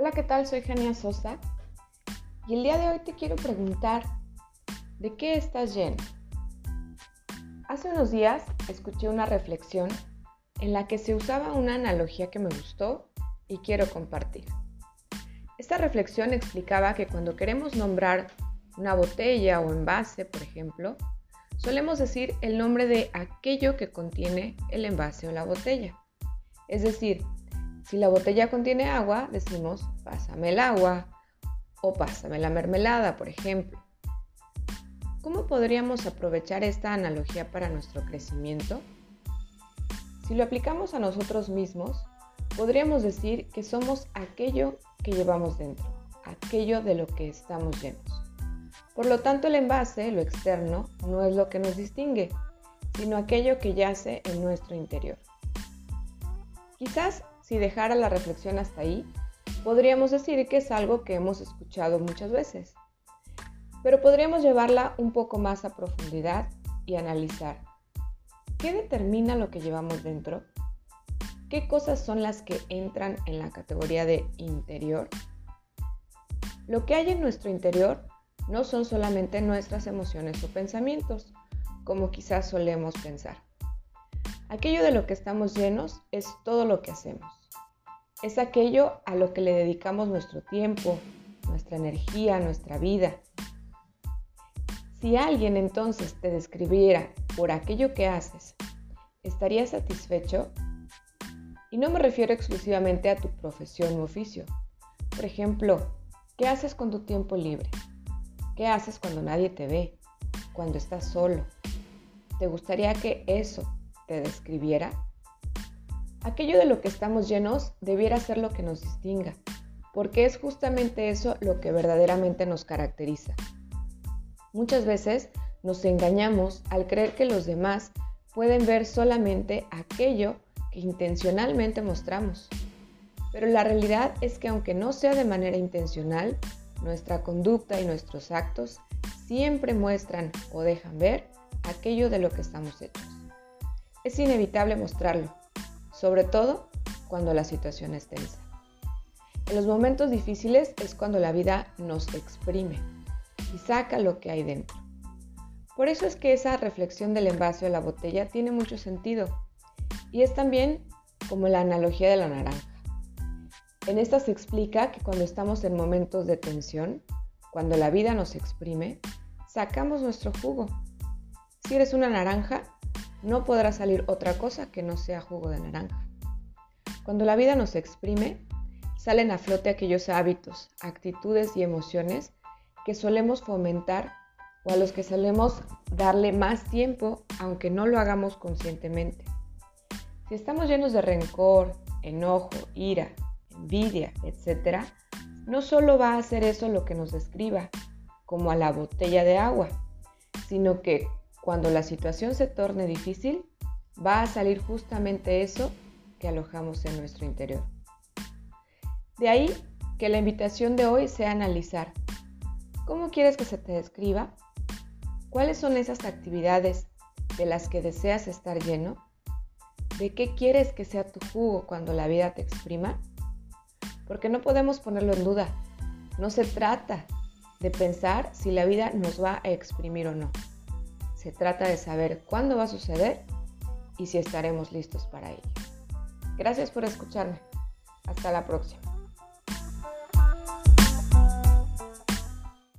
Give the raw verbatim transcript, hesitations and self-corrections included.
Hola, ¿qué tal? Soy Jania Sosa y el día de hoy te quiero preguntar, ¿de qué estás lleno? Hace unos días escuché una reflexión en la que se usaba una analogía que me gustó y quiero compartir. Esta reflexión explicaba que cuando queremos nombrar una botella o envase, por ejemplo, solemos decir el nombre de aquello que contiene el envase o la botella. Es decir, si la botella contiene agua, decimos pásame el agua o pásame la mermelada, por ejemplo. ¿Cómo podríamos aprovechar esta analogía para nuestro crecimiento? Si lo aplicamos a nosotros mismos, podríamos decir que somos aquello que llevamos dentro, aquello de lo que estamos llenos. Por lo tanto, el envase, lo externo, no es lo que nos distingue, sino aquello que yace en nuestro interior. Quizás, si dejara la reflexión hasta ahí, podríamos decir que es algo que hemos escuchado muchas veces, pero podríamos llevarla un poco más a profundidad y analizar. ¿Qué determina lo que llevamos dentro? ¿Qué cosas son las que entran en la categoría de interior? Lo que hay en nuestro interior no son solamente nuestras emociones o pensamientos, como quizás solemos pensar. Aquello de lo que estamos llenos es todo lo que hacemos. Es aquello a lo que le dedicamos nuestro tiempo, nuestra energía, nuestra vida. Si alguien entonces te describiera por aquello que haces, ¿estarías satisfecho? Y no me refiero exclusivamente a tu profesión u oficio. Por ejemplo, ¿qué haces con tu tiempo libre? ¿Qué haces cuando nadie te ve? Cuando estás solo. ¿Te gustaría que eso te describiera? Aquello de lo que estamos llenos debiera ser lo que nos distinga, porque es justamente eso lo que verdaderamente nos caracteriza. Muchas veces nos engañamos al creer que los demás pueden ver solamente aquello que intencionalmente mostramos. Pero la realidad es que aunque no sea de manera intencional, nuestra conducta y nuestros actos siempre muestran o dejan ver aquello de lo que estamos hechos. Es inevitable mostrarlo, sobre todo cuando la situación es tensa. En los momentos difíciles es cuando la vida nos exprime y saca lo que hay dentro. Por eso es que esa reflexión del envase o la botella tiene mucho sentido y es también como la analogía de la naranja. En esta se explica que cuando estamos en momentos de tensión, cuando la vida nos exprime, sacamos nuestro jugo. Si eres una naranja, no podrá salir otra cosa que no sea jugo de naranja. Cuando la vida nos exprime, salen a flote aquellos hábitos, actitudes y emociones que solemos fomentar o a los que solemos darle más tiempo, aunque no lo hagamos conscientemente. Si estamos llenos de rencor, enojo, ira, envidia, etcétera, no solo va a hacer eso lo que nos describa, como a la botella de agua, sino que cuando la situación se torne difícil, va a salir justamente eso que alojamos en nuestro interior. De ahí que la invitación de hoy sea analizar ¿cómo quieres que se te describa? ¿Cuáles son esas actividades de las que deseas estar lleno? ¿De qué quieres que sea tu jugo cuando la vida te exprima? Porque no podemos ponerlo en duda. No se trata de pensar si la vida nos va a exprimir o no. Se trata de saber cuándo va a suceder y si estaremos listos para ello. Gracias por escucharme. Hasta la próxima.